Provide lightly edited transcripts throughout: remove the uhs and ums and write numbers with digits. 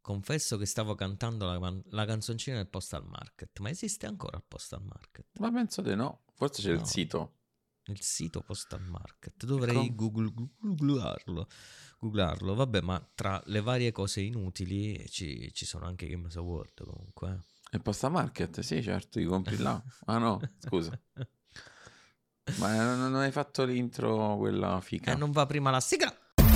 confesso che stavo cantando la canzoncina del Postal Market. Ma esiste ancora il Postal Market? Ma penso di no. Forse c'è No. il sito. Il sito Postal Market. Dovrei googlarlo. Vabbè, ma tra le varie cose inutili ci sono anche Games Award comunque. Il Postal Market? Sì, certo, li compri là. Ah no, scusa. Ma non hai fatto l'intro quella fica? Non va prima la sigla?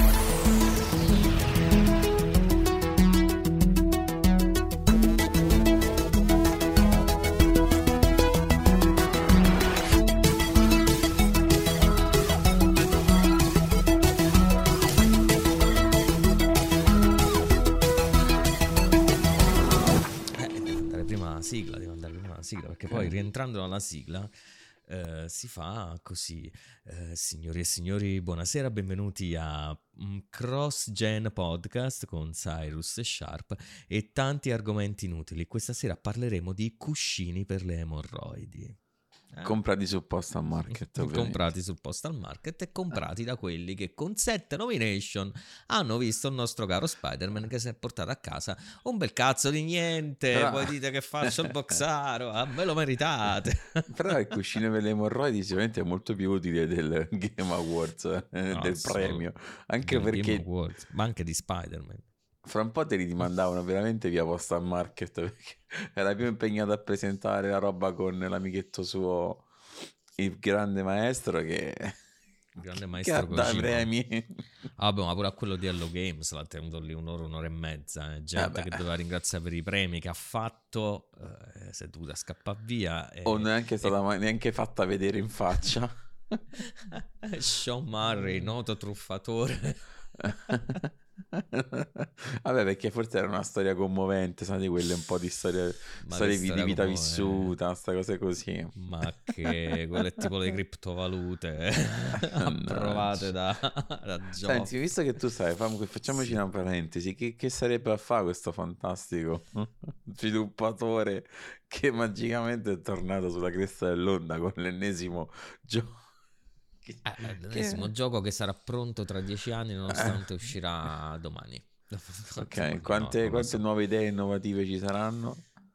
Devo andare prima la sigla, perché poi rientrando dalla sigla si fa così. Signori e signori, buonasera, benvenuti a Cross Gen Podcast con Cyrus e Sharp e tanti argomenti inutili. Questa sera parleremo di cuscini per le emorroidi. Comprati sul Postal Market, ovviamente. Comprati sul Postal Market e comprati da quelli che con 7 nomination hanno visto il nostro caro Spider-Man che si è portato a casa un bel cazzo di niente. Però... Poi dite che faccio il boxaro, me lo meritate. Però il cuscino per le emorroidi sicuramente è molto più utile del Game Awards, del premio, anche del perché Game Awards, ma anche di Spider-Man. Fra un po' te li dimandavano veramente via Postal Market, perché era più impegnato a presentare la roba con l'amichetto suo, il grande maestro, che il grande maestro Kojima. Premi. Vabbè, ma pure a quello di Hello Games l'ha tenuto lì un'ora e mezza. Gente che doveva ringraziare per i premi che ha fatto, si è dovuta scappare via. O neanche è stata neanche fatta vedere in faccia. Sean Murray, noto truffatore. Vabbè, perché forse era una storia commovente, sai, di quelle un po' di storie di vita vissuta, sta cose così. Ma che quello è tipo le criptovalute approvate da Geoff. Senti, visto che tu sai, facciamoci una parentesi. Che sarebbe a fare questo fantastico sviluppatore che magicamente è tornato sulla cresta dell'onda con l'ennesimo gioco? L'ennesimo gioco che sarà pronto tra 10 anni nonostante uscirà domani. Ok, quante nuove idee innovative ci saranno?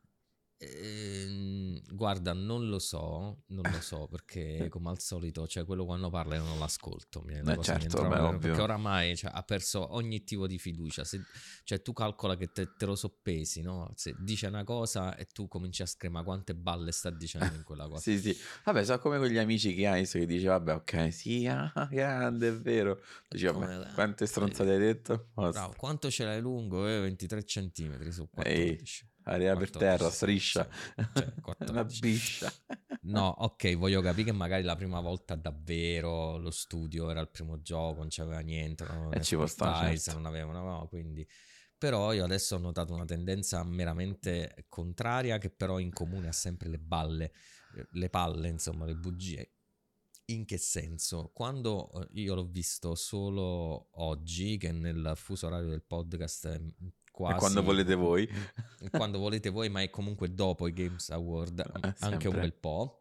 Guarda, non lo so perché come al solito, cioè quello quando parla io non l'ascolto, perché oramai ha perso ogni tipo di fiducia. Cioè tu calcola che te lo soppesi, no? Se dice una cosa e tu cominci a scrivere quante balle sta dicendo in quella cosa. Sì, vabbè, so come con gli amici che hai, che dice vabbè, ok, sì, grande, è vero. Dice vabbè, quante stronzate hai detto? Bravo, quanto ce l'hai lungo? 23 centimetri su 14. Area per terra, striscia, cioè una biscia. No, ok, voglio capire che magari la prima volta davvero lo studio era il primo gioco, non c'aveva niente, ci può stare, certo. Non avevano, no, quindi... Però io adesso ho notato una tendenza meramente contraria, che però in comune ha sempre le balle, le palle, insomma, le bugie. In che senso? Quando io l'ho visto solo oggi, che nel fuso orario del podcast quasi... quando volete voi. Quando volete voi, ma è comunque dopo i Games Award, anche un bel po'.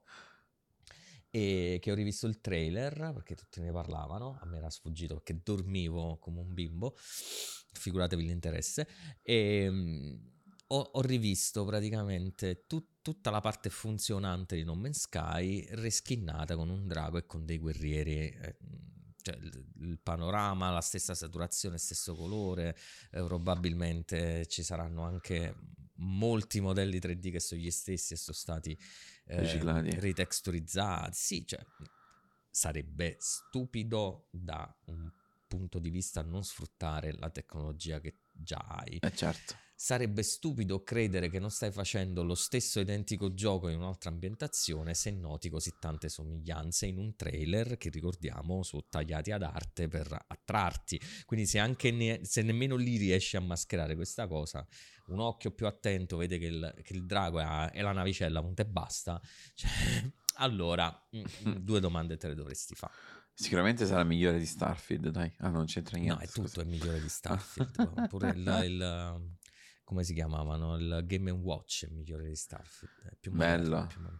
E che ho rivisto il trailer, perché tutti ne parlavano, a me era sfuggito perché dormivo come un bimbo, figuratevi l'interesse, e ho rivisto praticamente tutta la parte funzionante di No Man's Sky reskinnata con un drago e con dei guerrieri, cioè il panorama, la stessa saturazione, stesso colore, probabilmente ci saranno anche molti modelli 3D che sono gli stessi e sono stati ritexturizzati. Sì, cioè sarebbe stupido da un punto di vista non sfruttare la tecnologia che già hai. Certo. Sarebbe stupido credere che non stai facendo lo stesso identico gioco in un'altra ambientazione se noti così tante somiglianze in un trailer che, ricordiamo, sono tagliati ad arte per attrarti. Quindi se nemmeno lì riesci a mascherare questa cosa, un occhio più attento vede che il drago è la navicella, punto e basta. Cioè, allora, 2 domande te le dovresti fare. Sicuramente sarà migliore di Starfield, dai. Non c'entra niente. No, è tutto è migliore di Starfield. Pure il come si chiamavano? Il Game & Watch è migliore di Starfield. È più bello. Moderno.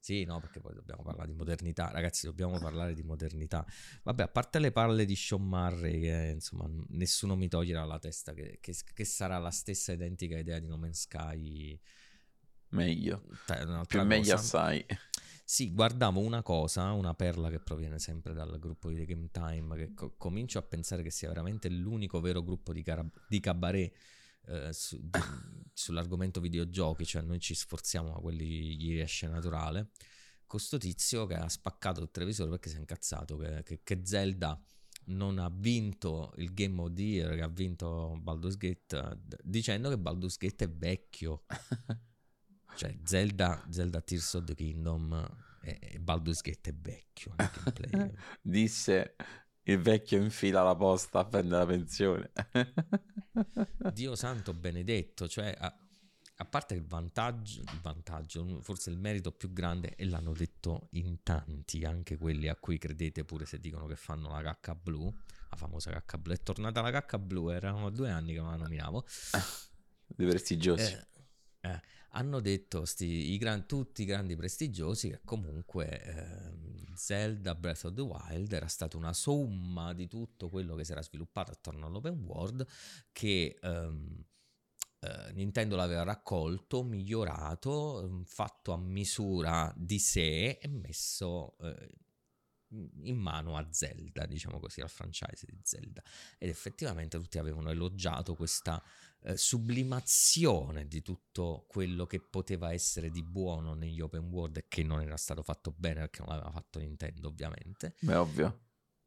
Sì, no, perché poi dobbiamo parlare di modernità, ragazzi, dobbiamo parlare di modernità. Vabbè, a parte le palle di Sean Murray, che insomma nessuno mi toglierà dalla testa che sarà la stessa identica idea di No Man's Sky. Meglio, Un'altra più meglio cosa. assai. Sì, guardavo una perla che proviene sempre dal gruppo di The Game Time, che comincio a pensare che sia veramente l'unico vero gruppo di cabaret sull'argomento videogiochi, cioè noi ci sforziamo ma quelli gli riesce naturale. Questo tizio che ha spaccato il televisore perché si è incazzato che Zelda non ha vinto il Game of the Year, che ha vinto Baldur's Gate, dicendo che Baldur's Gate è vecchio. Cioè Zelda Tears of the Kingdom e Baldur's Gate è vecchio nel gameplay. Disse il vecchio in fila alla posta a prendere la pensione. Dio santo benedetto, cioè a parte il vantaggio, forse il merito più grande, e l'hanno detto in tanti, anche quelli a cui credete pure se dicono che fanno la cacca blu, la famosa cacca blu, è tornata la cacca blu, erano 2 anni che me la nominavo. Dei prestigiosi. Hanno detto tutti i grandi prestigiosi che comunque Zelda Breath of the Wild era stata una somma di tutto quello che si era sviluppato attorno all'open world, che Nintendo l'aveva raccolto, migliorato, fatto a misura di sé e messo in mano a Zelda, diciamo così, al franchise di Zelda. Ed effettivamente tutti avevano elogiato questa sublimazione di tutto quello che poteva essere di buono negli open world e che non era stato fatto bene perché non l'aveva fatto Nintendo, ovviamente. Beh, ovvio.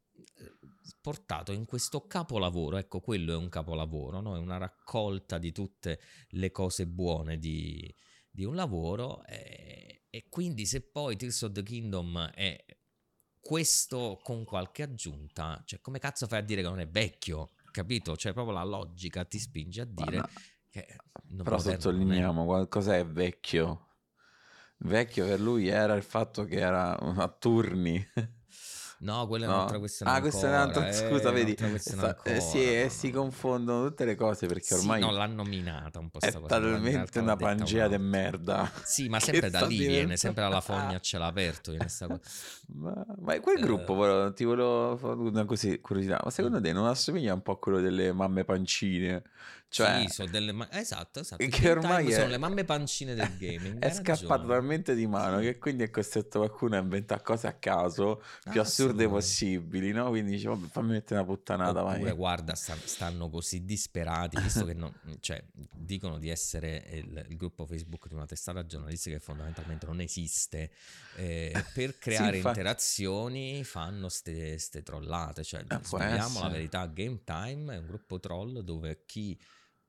Portato in questo capolavoro, ecco, quello è un capolavoro, no? È una raccolta di tutte le cose buone di un lavoro, e quindi se poi Tears of the Kingdom è questo con qualche aggiunta, cioè come cazzo fai a dire che non è vecchio? Capito? Cioè proprio la logica ti spinge a dire che però sottolineiamo qualcosa è vecchio. Vecchio per lui era il fatto che era a turni. No, quella è un'altra questione Ah, ancora. questa è un'altra, scusa, vedi, Ancora. si confondono tutte le cose perché ormai no, l'hanno minata un po' sta è cosa, ma in talmente realtà l'ha una detta pangea di un'altra. merda. Sì, ma che sempre da sta lì viene, sempre dalla fogna a cielo aperto viene sta cosa. Ma quel gruppo, ti volevo fare una curiosità, ma secondo te non assomiglia un po' a quello delle mamme pancine? Cioè, sì, sono esatto. Il che Game ormai Time sono le mamme pancine del gaming. è Hai scappato ragione. talmente di mano Sì, che quindi è costretto qualcuno a inventare cose a caso più assurde assolutamente. possibili, no? Quindi dice, vabbè, fammi mettere una puttanata, Oppure, vai. guarda, stanno così disperati, visto che cioè, dicono di essere il gruppo Facebook di una testata giornalistica che fondamentalmente non esiste, per Sì, creare infatti, interazioni fanno ste trollate, cioè può svegliamo la essere. verità, Game Time è un gruppo troll dove chi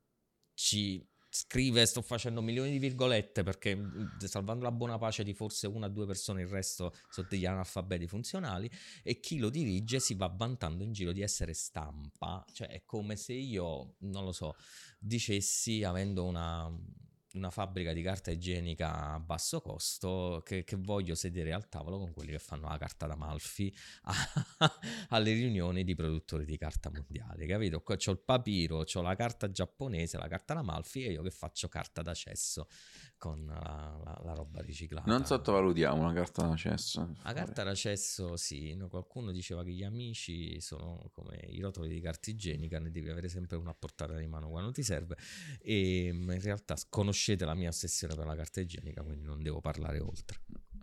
ci scrive sto facendo milioni di virgolette perché salvando la buona pace di forse 1 o 2 persone, il resto sono degli analfabeti funzionali, e chi lo dirige si va vantando in giro di essere stampa, cioè è come se io, non lo so, dicessi, avendo una fabbrica di carta igienica a basso costo, che voglio sedere al tavolo con quelli che fanno la carta d'Amalfi alle riunioni di produttori di carta mondiale, capito? Qua c'ho il papiro, c'ho la carta giapponese, la carta d'Amalfi, e io che faccio carta d'accesso con la roba riciclata. Non sottovalutiamo una carta d'accesso. La carta d'accesso, sì, no, qualcuno diceva che gli amici sono come i rotoli di carta igienica, ne devi avere sempre una a portata di mano quando ti serve, e in realtà conoscete la mia ossessione per la carta igienica, quindi non devo parlare oltre.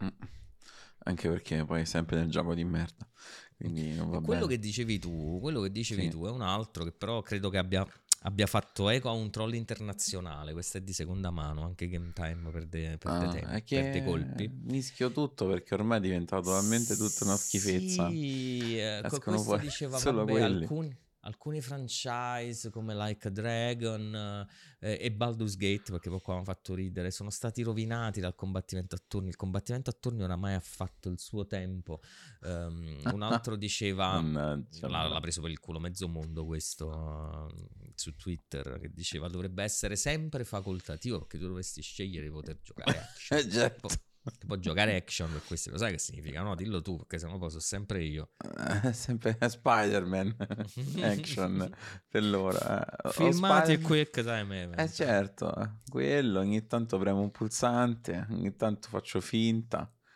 Anche perché poi è sempre nel gioco di merda, quindi non va quello bene. che dicevi tu Sì. tu è un altro che però credo che abbia fatto eco a un troll internazionale. Questo è di seconda mano, anche Game Time perde È perde che colpi. mischio tutto perché ormai è diventato talmente tutta una schifezza. Sì, Escono questo fuori diceva, solo vabbè, quelli. alcuni franchise come Like a Dragon e Baldur's Gate, perché poi qua mi hanno fatto ridere, sono stati rovinati dal combattimento a turni. Il combattimento a turni oramai ha fatto il suo tempo. Un altro diceva, Mannaggia, l'ha preso per il culo mezzo mondo questo su Twitter, che diceva dovrebbe essere sempre facoltativo perché tu dovresti scegliere di poter giocare action. certo. Può giocare action per questi, lo sai che significa? No, dillo tu, perché sennò poi sono sempre io. Sempre Spider-Man action per loro. Filmati e quick time event. Certo, quello ogni tanto premo un pulsante, ogni tanto faccio finta.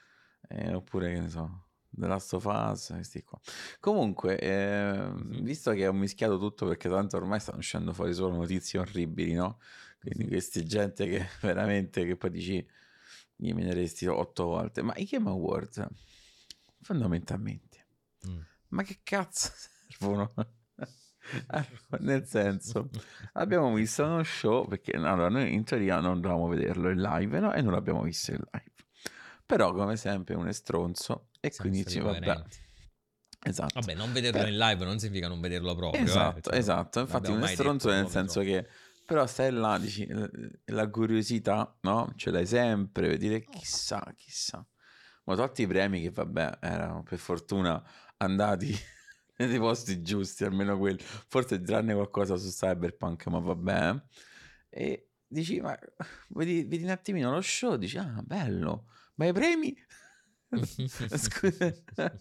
oppure che ne so, The Last of Us, questi qua. Comunque, visto che ho mischiato tutto, perché tanto ormai stanno uscendo fuori solo notizie orribili, no? Quindi questa gente che veramente, che poi dici, gli mineresti 8 volte. Ma i Game Awards, fondamentalmente, ma che cazzo servono? Nel senso, abbiamo visto uno show, perché allora, noi in teoria non dovevamo vederlo in live, no? E non l'abbiamo visto in live. Però, come sempre, uno è stronzo e Siamo quindi stati dici, vabbè. coerenti. Esatto. Vabbè, non vederlo in live non significa non vederlo proprio. Esatto, Cioè, esatto. Infatti uno è stronzo nel senso che però stai là, dici, la curiosità, no? Ce l'hai sempre, per dire chissà. Ma tolti i premi che, vabbè, erano per fortuna andati nei posti giusti, almeno quelli. Forse tranne qualcosa su Cyberpunk, ma vabbè. E dici, ma vedi un attimino lo show, dici, ah, bello, ma i premi? Scusa.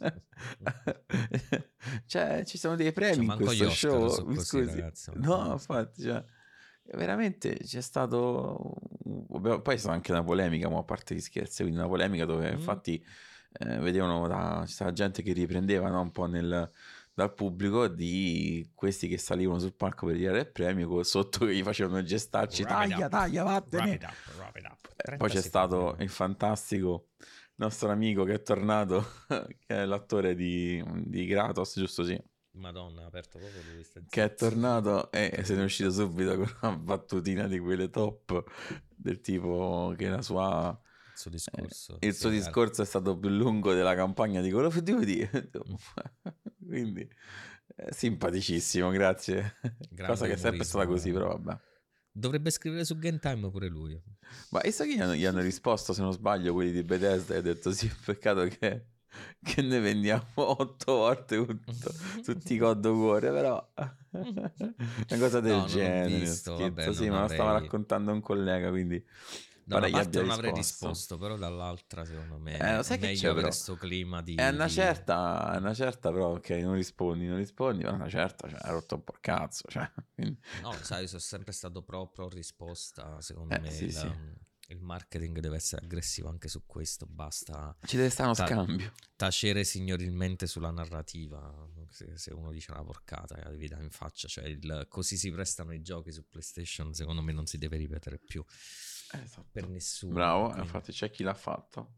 Cioè, ci sono dei premi in questo show. Così, scusi. ragazzi, No, infatti, cioè, veramente c'è stato. Poi c'è stata anche una polemica, ma a parte gli scherzi, quindi una polemica dove infatti vedevano c'è stata gente che riprendeva, no, un po' dal pubblico di questi che salivano sul palco per tirare il premio, sotto che gli facevano gestacci, taglia, vattene. Poi c'è stato il fantastico nostro amico che è tornato, che è l'attore di Kratos, giusto? Sì. Madonna, ha aperto proprio lui, che è tornato e se ne è uscito subito con una battutina di quelle top, del tipo che la sua... il suo discorso è stato più lungo della campagna di Call of Duty. Quindi simpaticissimo, grazie. Cosa che è sempre stata così, però vabbè. Dovrebbe scrivere su Game Time pure lui. Ma e sai che gli hanno risposto, se non sbaglio, quelli di Bethesda, e ha detto sì, peccato che ne vendiamo 8 volte tutti i God of War, però una cosa del genere. Vabbè, sì, ma lo stava raccontando un collega, quindi da una parte non avrei risposto, però dall'altra secondo me è meglio avere questo clima di... È una certa, però ok, non rispondi, ma una certa, cioè, hai rotto un po' il cazzo, cioè, quindi... No, sai, sono sempre stato pro risposta, secondo me sì. Il marketing deve essere aggressivo anche su questo, basta... Ci deve stare uno scambio. Tacere signorilmente sulla narrativa, se uno dice una porcata, devi dare in faccia, cioè così si prestano i giochi su PlayStation, secondo me non si deve ripetere più. Esatto. Per nessuno. Bravo, quindi... infatti c'è chi l'ha fatto.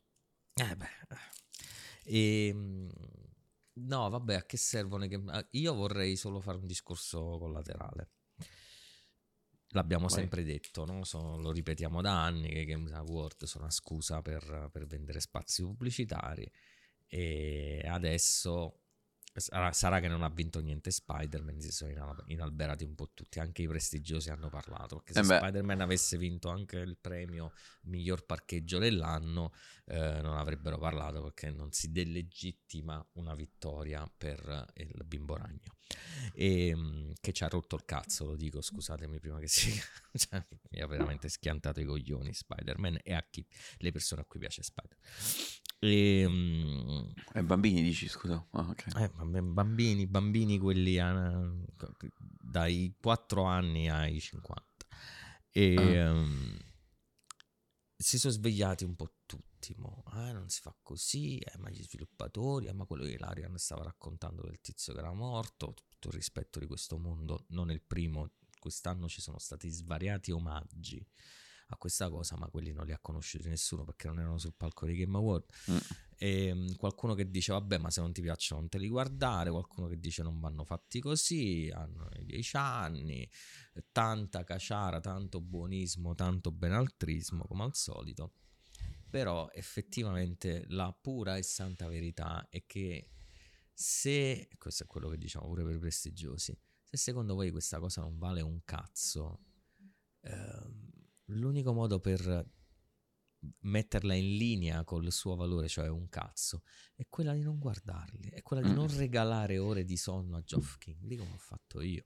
No, vabbè, a che servono? Io vorrei solo fare un discorso collaterale. L'abbiamo sempre detto, no? Lo ripetiamo da anni che Games Award sono una scusa per vendere spazi pubblicitari, e adesso sarà che non ha vinto niente Spider-Man, si sono inalberati un po' tutti, anche i prestigiosi hanno parlato, perché se Spider-Man avesse vinto anche il premio miglior parcheggio dell'anno non avrebbero parlato, perché non si delegittima una vittoria per il bimbo ragno, e che ci ha rotto il cazzo, lo dico, scusatemi prima che cioè, mi ha veramente schiantato i coglioni Spider-Man e le persone a cui piace Spider-Man. E bambini dici, scusa? Okay. Bambini quelli dai 4 anni ai 50, e si sono svegliati un po' tutti, non si fa così, ma gli sviluppatori, ma quello che Larian stava raccontando del tizio che era morto, tutto il rispetto di questo mondo, non è il primo, quest'anno ci sono stati svariati omaggi a questa cosa, ma quelli non li ha conosciuti nessuno perché non erano sul palco dei Game Award. E qualcuno che dice vabbè, ma se non ti piacciono non te li guardare, qualcuno che dice non vanno fatti così, hanno 10 anni, tanta caciara, tanto buonismo, tanto benaltrismo come al solito. Però effettivamente la pura e santa verità è che se, questo è quello che diciamo pure per i prestigiosi, se secondo voi questa cosa non vale un cazzo, l'unico modo per metterla in linea col suo valore, cioè un cazzo, è quella di non guardarli, è quella di non regalare ore di sonno a Geoff Keighley come ho fatto io.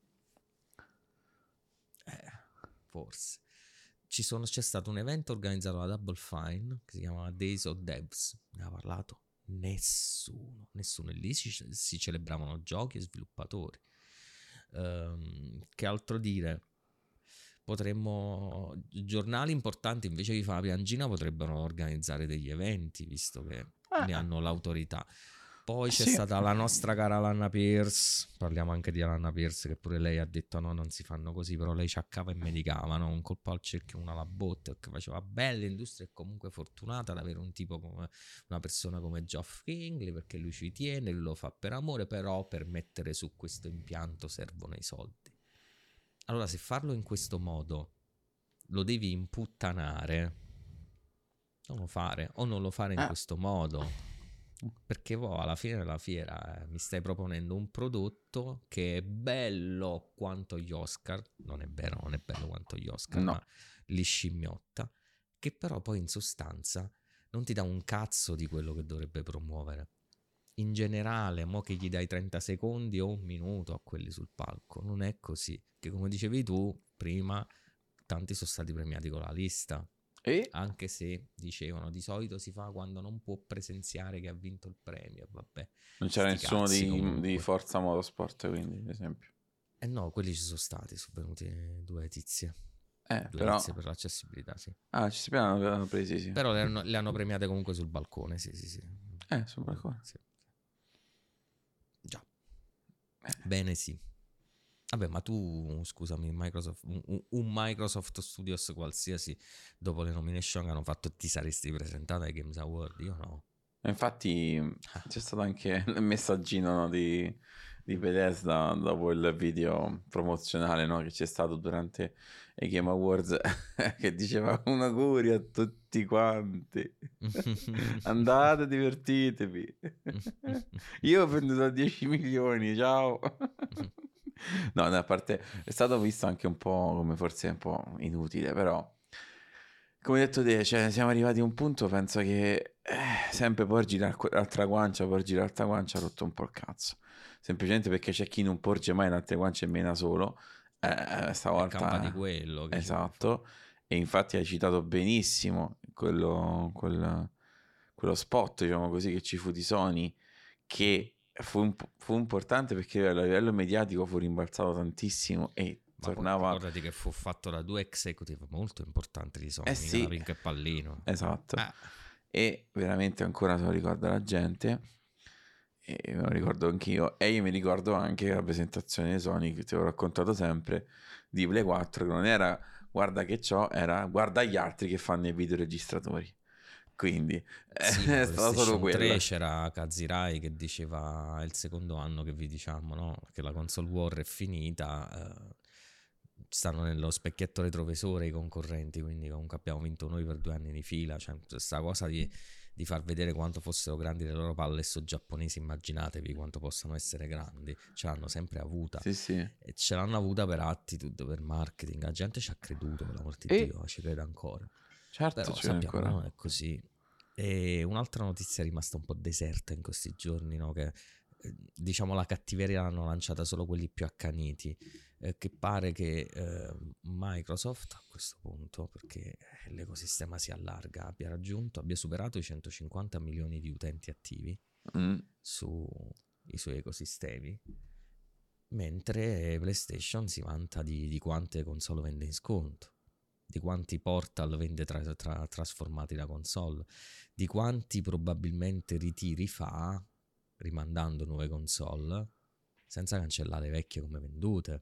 Forse c'è stato un evento organizzato da Double Fine che si chiamava Days of Devs, ne ha parlato nessuno, e lì si celebravano giochi e sviluppatori. Che altro dire? Giornali importanti invece di fare la piangina potrebbero organizzare degli eventi, visto che ne hanno l'autorità. Poi c'è Sì. stata la nostra cara Alanna Pierce, parliamo anche di Alanna Pierce, che pure lei ha detto no, non si fanno così, però lei ciaccava e medicava, no? Un colpo al cerchio, una alla botte, che faceva bene. L'industria è comunque fortunata ad avere un tipo come una persona come Geoff Kingley, perché lui ci tiene, lui lo fa per amore, però per mettere su questo impianto servono i soldi. Allora, se farlo in questo modo lo devi imputtanare, non lo fare, o non lo fare in questo modo, perché alla fine della fiera mi stai proponendo un prodotto che è bello quanto gli Oscar, non è vero, non è bello quanto gli Oscar, No. ma li scimmiotta, che però poi in sostanza non ti dà un cazzo di quello che dovrebbe promuovere. In generale, mo che gli dai 30 secondi o un minuto a quelli sul palco, non è così, che come dicevi tu prima, tanti sono stati premiati con la lista. E? Anche se dicevano di solito si fa quando non può presenziare che ha vinto il premio, vabbè. Non c'era Sti nessuno cazzi di comunque. Forza Motorsport, quindi, ad esempio. No, quelli ci sono stati, sono venuti due tizie. Due Però... tizie per l'accessibilità, sì. ci si hanno presi, sì. Però le hanno premiate comunque sul balcone, sì. Sul balcone. Sì. Già. Bene, sì. Vabbè, ma tu, scusami, Microsoft, un Microsoft Studios qualsiasi, dopo le nomination che hanno fatto, ti saresti presentato ai Games Award? Io no. Infatti c'è stato anche il messaggino, no, di Bethesda dopo il video promozionale, no, che c'è stato durante i Game Awards che diceva un augurio a tutti quanti. Andate, divertitevi. Io ho venduto a 10 milioni, ciao. No, a parte è stato visto anche un po' come forse un po' inutile, però come hai detto te, cioè, siamo arrivati a un punto, penso che sempre porgi l'altra guancia, ha rotto un po' il cazzo. Semplicemente perché c'è chi non porge mai l'altra guancia e mena solo. Stavolta... Campa di quello. Che esatto. E infatti hai citato benissimo quello spot, diciamo così, che ci fu di Sony, che fu importante perché a livello mediatico fu rimbalzato tantissimo e ma tornava... ricordati che fu fatto da due executive molto importanti di Sony, sì, Canapinco e Pallino. esatto. E veramente ancora se lo ricorda la gente, e me lo ricordo anch'io, e io mi ricordo anche la presentazione di Sony, che ti ho raccontato sempre, di Play 4, che non era guarda che c'ho, era guarda gli altri che fanno i videoregistratori. Quindi sì, è stata solo quella. 3 c'era Kazirai che diceva: è il secondo anno che vi diciamo, no? Che la console war è finita, stanno nello specchietto retrovisore i concorrenti, quindi comunque abbiamo vinto noi per 2 anni di fila. Cioè, questa cosa di far vedere quanto fossero grandi le loro palle so giapponesi, immaginatevi quanto possano essere grandi. Ce l'hanno sempre avuta. Sì. E ce l'hanno avuta per attitude, per marketing. La gente ci ha creduto, per l'amor di Dio, ci crede ancora. Certo, però sappiamo ancora. Non è così. E un'altra notizia è rimasta un po' deserta in questi giorni, no? Che diciamo la cattiveria l'hanno lanciata solo quelli più accaniti, che pare che Microsoft a questo punto, perché l'ecosistema si allarga, abbia superato i 150 milioni di utenti attivi sui suoi ecosistemi, mentre PlayStation si vanta di quante console vende in sconto, di quanti portal vende trasformati da console, di quanti probabilmente ritiri fa rimandando nuove console senza cancellare vecchie come vendute.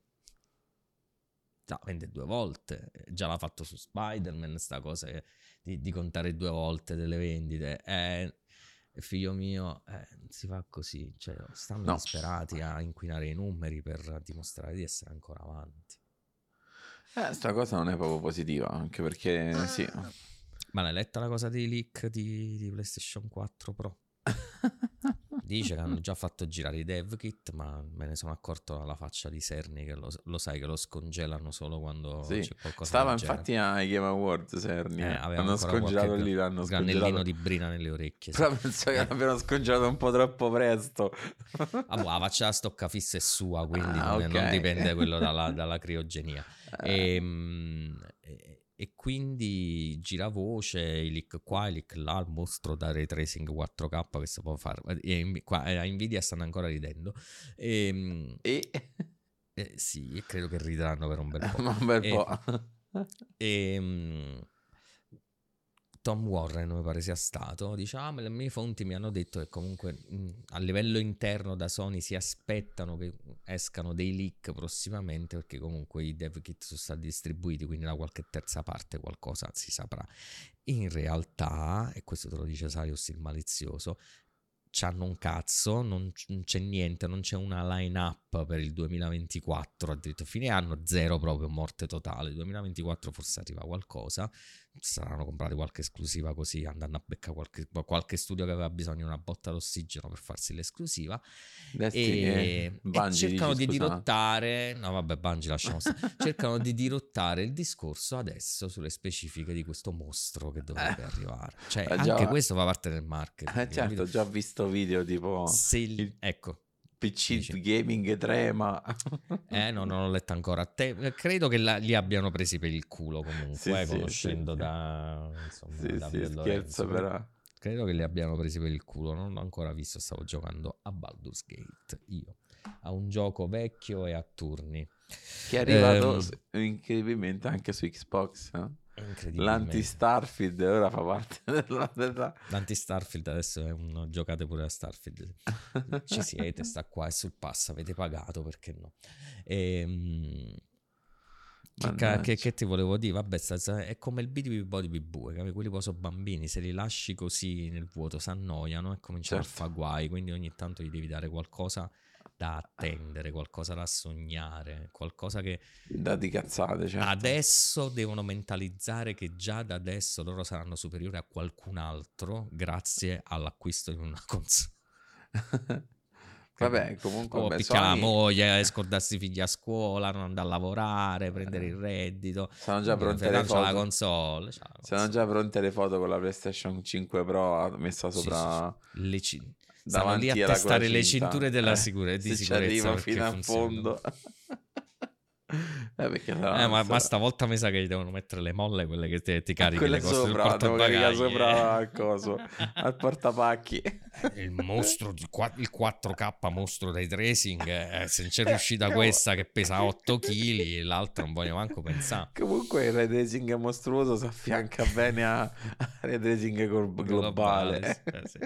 Già vende 2 volte, già l'ha fatto su Spider-Man sta cosa di contare 2 volte delle vendite. Figlio mio, non si fa così, cioè stanno disperati a inquinare i numeri per dimostrare di essere ancora avanti. Sta cosa non è proprio positiva, anche perché sì. Ma l'hai letta la cosa dei leak di PlayStation 4 Pro? Dice che hanno già fatto girare i dev kit, ma me ne sono accorto alla faccia di Cerny che lo sai che lo scongelano solo quando c'è qualcosa. Stava infatti ai Game Awards Cerny, hanno scongelato lì, l'hanno granellino di brina nelle orecchie. Però penso che l'abbiano scongelato un po' troppo presto. La faccia da stoccafissa è sua, quindi non dipende quello dalla criogenia. E quindi gira voce, i leak qua, i leak là, il mostro da ray tracing 4K che si può fare. A Nvidia stanno ancora ridendo. Sì, credo che rideranno per un bel po'. Tom Warren mi pare sia stato, dice le mie fonti mi hanno detto che comunque a livello interno da Sony si aspettano che escano dei leak prossimamente, perché comunque i dev kit sono stati distribuiti, quindi da qualche terza parte qualcosa si saprà. In realtà, e questo te lo dice Sarius il malizioso, c'hanno un cazzo, non c'è niente, non c'è una line-up per il 2024, addirittura fine anno zero, proprio morte totale. 2024 forse arriva qualcosa, saranno comprati qualche esclusiva così, andando a beccare qualche studio che aveva bisogno di una botta d'ossigeno per farsi l'esclusiva. E cercano di dirottare, no vabbè, Bungie lasciamo stare, cercano di dirottare il discorso adesso sulle specifiche di questo mostro che dovrebbe arrivare, cioè anche questo fa parte del marketing. Certo, ho già visto video tipo ecco, PC gaming trema. No, non l'ho letto ancora. Credo che li abbiano presi per il culo comunque, conoscendo da scherzo però. Credo che li abbiano presi per il culo. Non l'ho ancora visto, stavo giocando a Baldur's Gate io, a un gioco vecchio e a turni che è arrivato incredibilmente anche su Xbox. L'anti-Starfield ora fa parte della... L'anti-Starfield adesso è un... giocate pure a Starfield, ci siete, sta qua, è sul pass, avete pagato, perché no? Che ti volevo dire? Vabbè, è come il BDB, quelli poi sono bambini, se li lasci così nel vuoto si annoiano e cominciano a fare guai, quindi ogni tanto gli devi dare qualcosa da attendere, qualcosa da sognare, qualcosa che da di cazzate, certo. Adesso devono mentalizzare che già da adesso loro saranno superiori a qualcun altro all'acquisto di una console. Vabbè, comunque picchiare la moglie, scordarsi i figli a scuola, non andare a lavorare, prendere il reddito. Sono già pronte le foto. La console. Sono già pronte le foto con la PlayStation 5 Pro messa sopra stanno lì a testare le cinture della sicurezza. Se ci arriva fino a fondo. Ma stavolta mi sa che gli devono mettere le molle, quelle che ti carichi le cose sul portabagagli sopra al coso, al portapacchi. Il mostro, il 4K mostro dei tracing, se c'è riuscita questa che pesa 8 kg, l'altro non voglio manco pensare. Comunque il ray tracing mostruoso si affianca bene a ray tracing globale. Sì.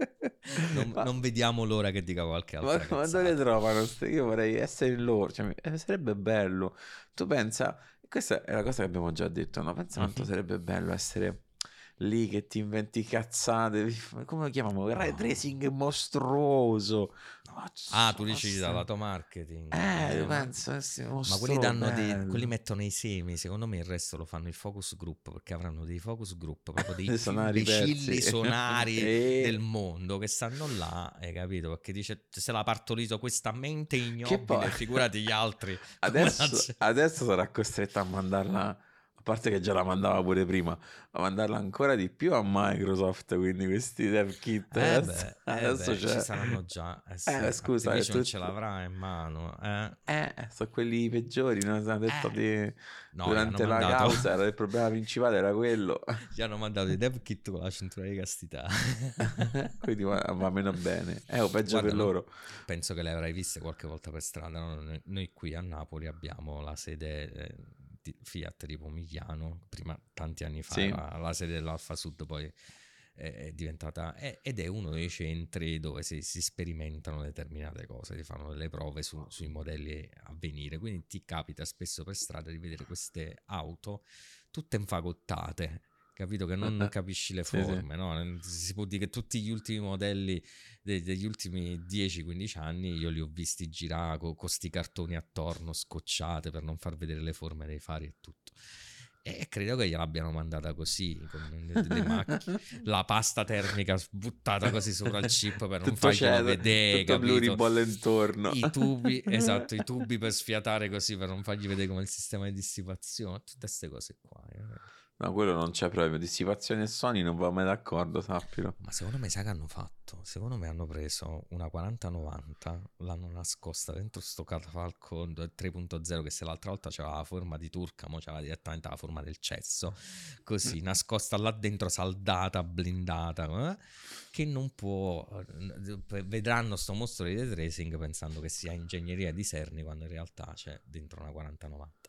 Non vediamo l'ora che dica qualche altra ma quando le trovano? Io vorrei essere in loro, cioè, sarebbe bello. Tu pensa, questa è la cosa che abbiamo già detto, no? Pensa quanto sarebbe bello essere lì che ti inventi cazzate, come lo chiamiamo? Ray tracing mostruoso. Tu dici da lato marketing. Penso ma quelli mettono i semi, secondo me il resto lo fanno il focus group, perché avranno dei focus group, proprio dei imbecilli sonari del mondo che stanno là, hai capito? Perché dice, se l'ha partorito questa mente ignobile, figurati gli altri. Adesso sarà costretto a mandarla, a parte che già la mandava pure prima, a mandarla ancora di più a Microsoft, quindi questi dev kit adesso ci saranno già. Scusa, non ce l'avrà in mano. Sono quelli peggiori, no? Siamo detto durante la causa il problema principale era quello. Gli hanno mandato i dev kit con la cintura di castità. Quindi va meno bene. O peggio per loro. Penso che le avrai viste qualche volta per strada, no? Noi qui a Napoli abbiamo la sede Fiat di Pomigliano, prima tanti anni fa era la sede dell'Alfa Sud, poi è diventata ed è uno dei centri dove si sperimentano determinate cose, si fanno delle prove sui modelli a venire, quindi ti capita spesso per strada di vedere queste auto tutte infagottate, capito, che non capisci le forme, no? Si può dire che tutti gli ultimi modelli degli ultimi 10-15 anni io li ho visti girare con sti cartoni attorno scocciate per non far vedere le forme dei fari e tutto. E credo che gliel'abbiano mandata così, con le macchine, la pasta termica buttata così sopra il chip per non farglielo vedere, tutto pluribolle intorno, i tubi, esatto, i tubi per sfiatare così, per non fargli vedere come il sistema di dissipazione, tutte queste cose qua. No, quello non c'è proprio. Dissipazione e Sony non va mai d'accordo, sappilo. Ma secondo me sai che hanno fatto? Secondo me hanno preso una 4090, l'hanno nascosta dentro sto catafalco 3.0 che se l'altra volta c'aveva la forma di Turcamo, c'aveva direttamente la forma del cesso, così nascosta là dentro, saldata, blindata, che non può... Vedranno sto mostro di ray tracing pensando che sia ingegneria di Cerny, quando in realtà c'è dentro una 4090.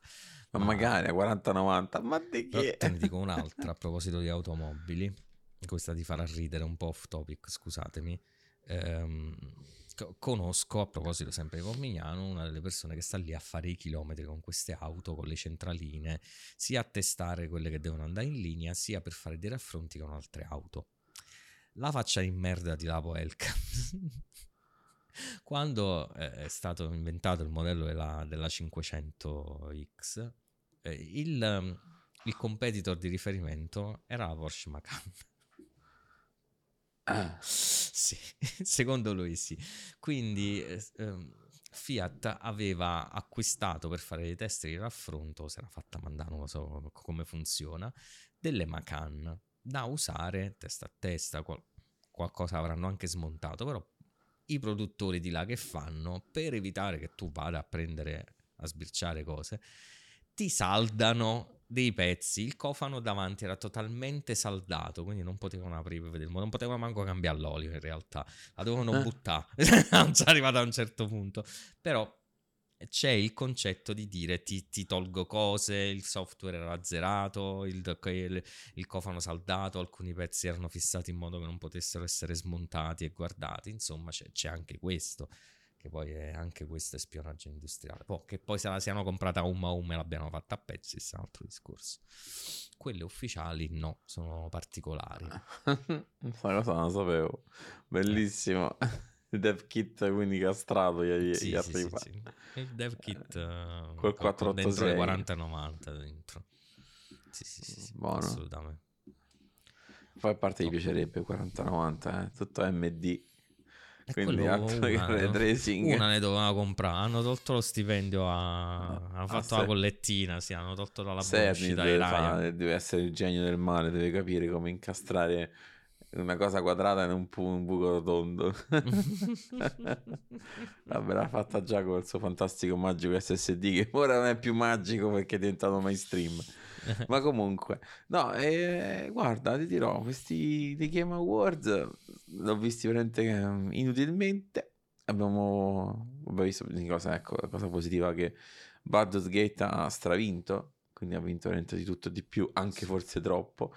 Ma magari a 40-90, ma di che? Te ne dico un'altra a proposito di automobili. Questa ti farà ridere, un po' off topic, scusatemi. Conosco, a proposito sempre di Pomigliano, una delle persone che sta lì a fare i chilometri con queste auto, con le centraline, sia a testare quelle che devono andare in linea, sia per fare dei raffronti con altre auto. La faccia di merda di Lapo Elka. Quando è stato inventato il modello della 500X, il competitor di riferimento era la Porsche Macan. Sì, secondo lui sì. Quindi Fiat aveva acquistato, per fare dei test di raffronto, si era fatta mandare, non so come funziona, delle Macan da usare testa a testa. Qualcosa avranno anche smontato, però i produttori di là che fanno, per evitare che tu vada a prendere, a sbirciare cose, ti saldano dei pezzi. Il cofano davanti era totalmente saldato, quindi non potevano aprire per vedere, non potevano manco cambiare l'olio, in realtà la dovevano buttare. Non si è arrivato a un certo punto, però c'è il concetto di dire ti tolgo cose, il software era azzerato, il cofano saldato, alcuni pezzi erano fissati in modo che non potessero essere smontati e guardati. Insomma, c'è anche questo, che poi è anche questo è spionaggio industriale. Che poi se la siano comprata a e l'abbiano fatta a pezzi, è un altro discorso. Quelle ufficiali no, sono particolari. Questa cosa non la sapevo. Bellissimo. Il dev kit quindi castrato gli arriva. Sì. Il dev kit col 486 dentro le 4090 dentro. Sì, buono. Assolutamente. Poi a parte gli piacerebbe 4090, tutto AMD. E quindi altro che ray tracing. Una ne doveva comprare, hanno tolto lo stipendio, hanno fatto la collettina, hanno tolto dalla buonuscita deve essere il genio del male, deve capire come incastrare una cosa quadrata in un buco rotondo. Vabbè, l'ha fatta già con il suo fantastico magico SSD, che ora non è più magico perché è diventato mainstream. Ma comunque, no, guarda, ti dirò, questi The Game Awards l'ho visti veramente inutilmente. Abbiamo visto la cosa positiva, che Baldur's Gate ha stravinto, quindi ha vinto veramente di tutto e di più, anche forse troppo.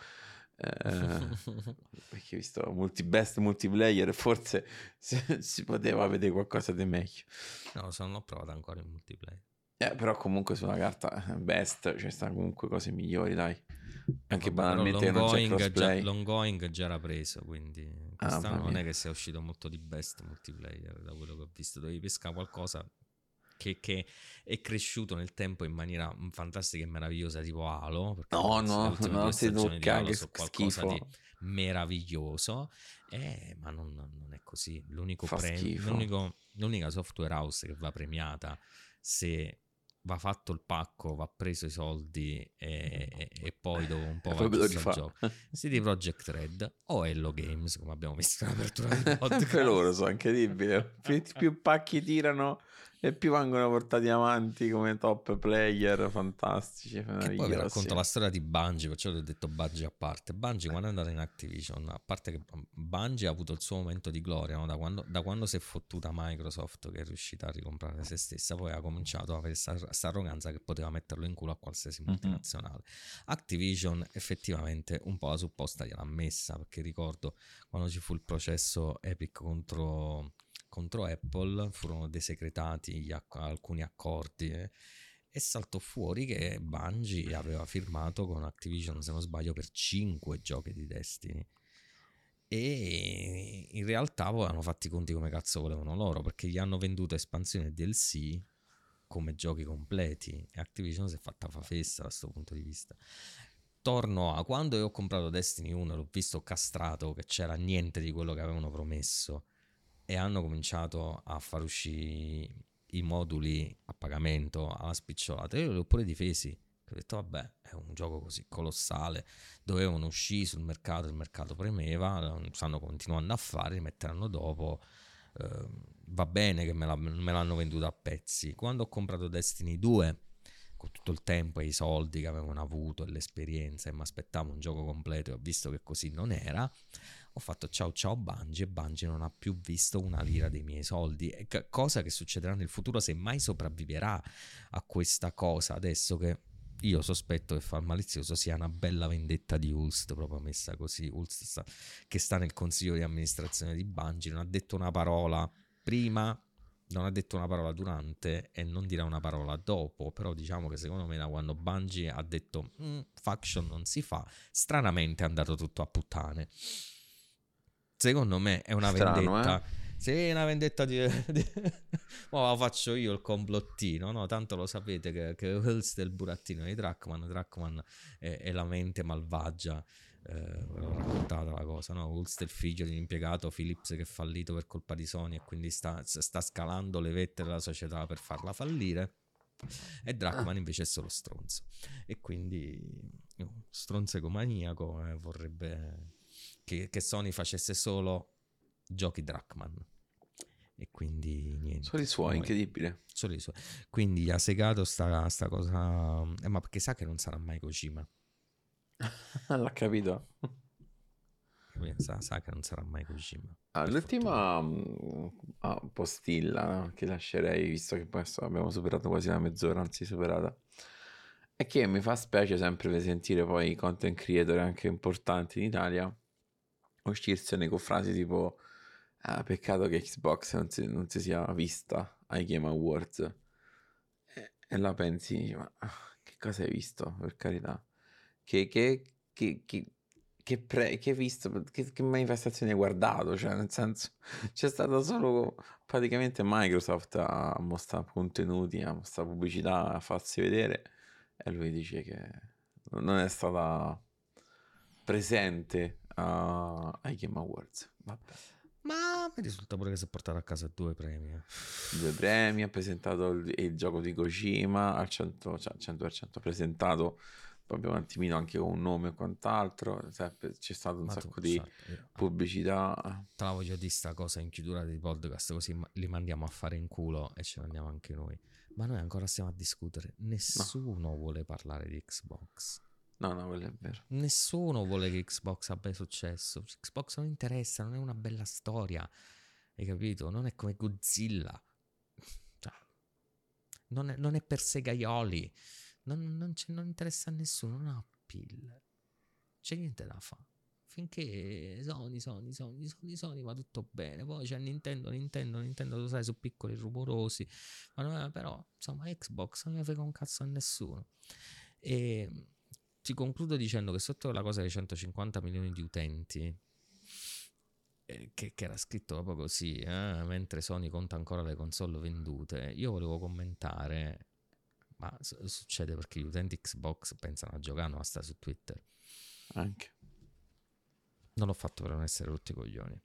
Perché visto best multiplayer, forse si poteva vedere qualcosa di meglio. No, se non ho provato ancora il multiplayer. Però comunque sulla carta best ci stanno comunque cose migliori, dai. Anche banalmente non c'è crossplay. L'ongoing già era preso, quindi quest'anno non è che sia uscito molto di best multiplayer, da quello che ho visto. Dovevi pescare qualcosa che è cresciuto nel tempo in maniera fantastica e meravigliosa, tipo Halo, perché no, si tocca, che qualcosa schifo. di meraviglioso, ma non è così. L'unica software house che va premiata, se va fatto il pacco, va preso i soldi e poi dopo un po' va giusto il gioco. CD Projekt Red o Hello Games, come abbiamo visto in apertura del podcast. Per loro sono incredibili. Più pacchi tirano e più vengono portati avanti come top player, fantastici. E poi vi racconto la storia di Bungie, perciò ti ho detto Bungie a parte. Bungie quando è andata in Activision, a parte che Bungie ha avuto il suo momento di gloria, no? da quando si è fottuta Microsoft, che è riuscita a ricomprare se stessa, poi ha cominciato a avere questa arroganza che poteva metterlo in culo a qualsiasi multinazionale. Activision effettivamente un po' la supposta gliel'ha messa, perché ricordo quando ci fu il processo Epic contro Apple, furono desecretati alcuni accordi e saltò fuori che Bungie aveva firmato con Activision, se non sbaglio, per 5 giochi di Destiny, e in realtà poi hanno fatto i conti come cazzo volevano loro, perché gli hanno venduto espansioni e DLC come giochi completi e Activision si è fatta fa festa da questo punto di vista. Torno a quando io ho comprato Destiny 1, l'ho visto castrato, che c'era niente di quello che avevano promesso, e hanno cominciato a far uscire i moduli a pagamento alla spicciolata. Io li ho pure difesi, ho detto vabbè, è un gioco così colossale, dovevano uscire sul mercato, il mercato premeva, stanno continuando a fare, li metteranno dopo, va bene che me l'hanno venduto a pezzi. Quando ho comprato Destiny 2, con tutto il tempo e i soldi che avevano avuto e l'esperienza, e mi aspettavo un gioco completo e ho visto che così non era, ho fatto ciao Bungie, e Bungie non ha più visto una lira dei miei soldi, cosa che succederà nel futuro, se mai sopravviverà a questa cosa, adesso che io sospetto che fa il malizioso sia una bella vendetta di Ulst, proprio messa così. Ulst che sta nel consiglio di amministrazione di Bungie, non ha detto una parola prima, non ha detto una parola durante e non dirà una parola dopo, però diciamo che secondo me da quando Bungie ha detto faction non si fa, stranamente è andato tutto a puttane. Secondo me è una vendetta. Sì, è una vendetta di... la faccio io il complottino, no? Tanto lo sapete che Hulst è il burattino di Druckmann è la mente malvagia. Ve l'ho raccontata la cosa, no? Hulst è il figlio di un impiegato Philips che è fallito per colpa di Sony e quindi sta scalando le vette della società per farla fallire. E Druckmann invece è solo stronzo. E quindi stronzo egomaniaco vorrebbe che Sony facesse solo giochi Druckmann. E quindi niente. Solo i suoi, incredibile. Solo i suoi. Quindi ha segato sta cosa. Ma perché sa che non sarà mai Kojima. L'ha capito. Sa che non sarà mai Kojima. L'ultima postilla che lascerei, visto che poi abbiamo superato quasi la mezz'ora, anzi superata, è che mi fa specie sempre sentire poi i content creator anche importanti in Italia uscirsene con frasi tipo peccato che Xbox non si sia vista ai Game Awards, e la pensi, ma che cosa hai visto, per carità? Che hai visto? Che manifestazione hai guardato? Cioè, nel senso, c'è stata solo praticamente Microsoft a mostrare contenuti, a mostrare pubblicità, a farsi vedere, e lui dice che non è stata presente ai Game Awards. Vabbè. Ma mi risulta pure che si è portato a casa 2 premi. 2 premi, ha presentato il gioco di Kojima al 100%, ha presentato proprio un attimino anche con un nome e quant'altro, c'è stato un sacco di pubblicità. Te la voglio dire sta cosa in chiusura di podcast, così li mandiamo a fare in culo e ce ne andiamo anche noi. Ma noi ancora stiamo a discutere, nessuno vuole parlare di Xbox. No, quello è vero. Nessuno vuole che Xbox abbia successo. Xbox non interessa, non è una bella storia. Hai capito? Non è come Godzilla. Cioè, non è per segaioli. Non interessa a nessuno. Non ha appeal. C'è niente da fare. Finché Sony va tutto bene. Poi c'è Nintendo, lo sai, sono piccoli rumorosi. Ma però, insomma, Xbox non ne frega un cazzo a nessuno. E ti concludo dicendo che sotto la cosa dei 150 milioni di utenti, che era scritto proprio così, mentre Sony conta ancora le console vendute, io volevo commentare, ma succede perché gli utenti Xbox pensano a giocare, non a stare su Twitter. Anche. Non l'ho fatto per non essere rotti i coglioni.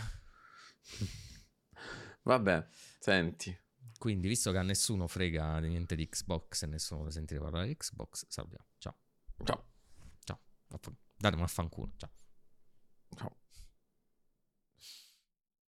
Vabbè, senti. Quindi, visto che a nessuno frega niente di Xbox e nessuno vuole sentire parlare di Xbox, salutiamo. Ciao. Ciao. Datemi un affanculo. Ciao.